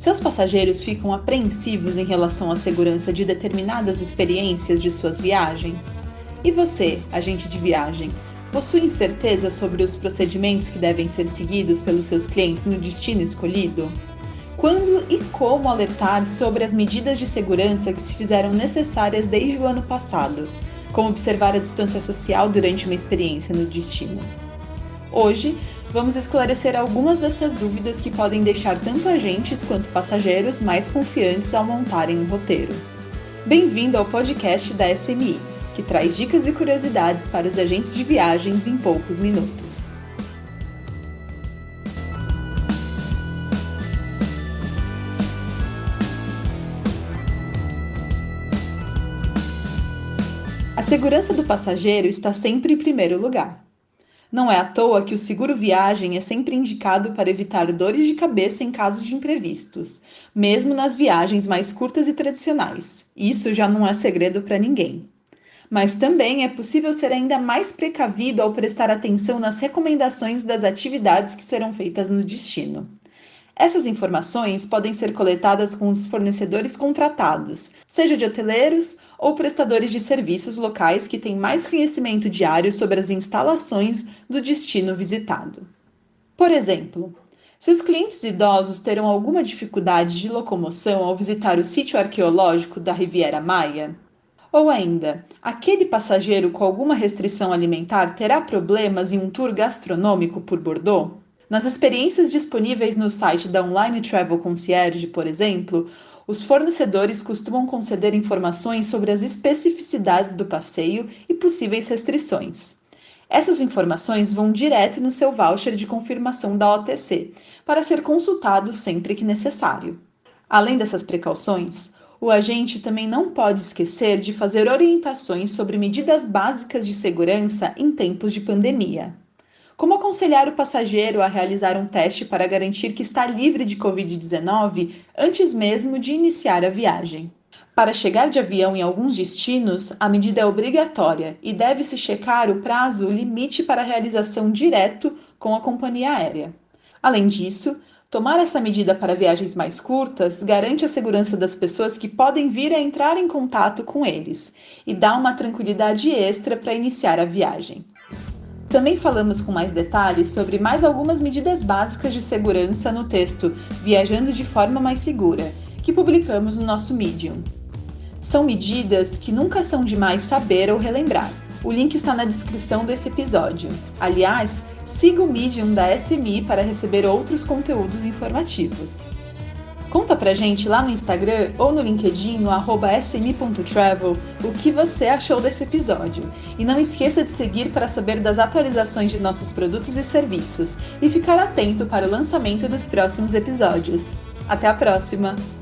Seus passageiros ficam apreensivos em relação à segurança de determinadas experiências de suas viagens? E você, agente de viagem, possui certeza sobre os procedimentos que devem ser seguidos pelos seus clientes no destino escolhido? Quando e como alertar sobre as medidas de segurança que se fizeram necessárias desde o ano passado, como observar a distância social durante uma experiência no destino? Hoje, vamos esclarecer algumas dessas dúvidas que podem deixar tanto agentes quanto passageiros mais confiantes ao montarem um roteiro. Bem-vindo ao podcast da SMI, que traz dicas e curiosidades para os agentes de viagens em poucos minutos. A segurança do passageiro está sempre em primeiro lugar. Não é à toa que o seguro viagem é sempre indicado para evitar dores de cabeça em caso de imprevistos, mesmo nas viagens mais curtas e tradicionais. Isso já não é segredo para ninguém. Mas também é possível ser ainda mais precavido ao prestar atenção nas recomendações das atividades que serão feitas no destino. Essas informações podem ser coletadas com os fornecedores contratados, seja de hoteleiros ou prestadores de serviços locais que têm mais conhecimento diário sobre as instalações do destino visitado. Por exemplo, se os clientes idosos terão alguma dificuldade de locomoção ao visitar o sítio arqueológico da Riviera Maia, ou ainda, aquele passageiro com alguma restrição alimentar terá problemas em um tour gastronômico por Bordeaux? Nas experiências disponíveis no site da Online Travel Concierge, por exemplo, os fornecedores costumam conceder informações sobre as especificidades do passeio e possíveis restrições. Essas informações vão direto no seu voucher de confirmação da OTC, para ser consultado sempre que necessário. Além dessas precauções, o agente também não pode esquecer de fazer orientações sobre medidas básicas de segurança em tempos de pandemia. Como aconselhar o passageiro a realizar um teste para garantir que está livre de Covid-19 antes mesmo de iniciar a viagem? Para chegar de avião em alguns destinos, a medida é obrigatória e deve-se checar o prazo limite para a realização direto com a companhia aérea. Além disso, tomar essa medida para viagens mais curtas garante a segurança das pessoas que podem vir a entrar em contato com eles e dá uma tranquilidade extra para iniciar a viagem. Também falamos com mais detalhes sobre mais algumas medidas básicas de segurança no texto Viajando de Forma Mais Segura, que publicamos no nosso Medium. São medidas que nunca são demais saber ou relembrar. O link está na descrição desse episódio. Aliás, siga o Medium da SMI para receber outros conteúdos informativos. Conta pra gente lá no Instagram ou no LinkedIn no @smi.travel o que você achou desse episódio. E não esqueça de seguir para saber das atualizações de nossos produtos e serviços e ficar atento para o lançamento dos próximos episódios. Até a próxima!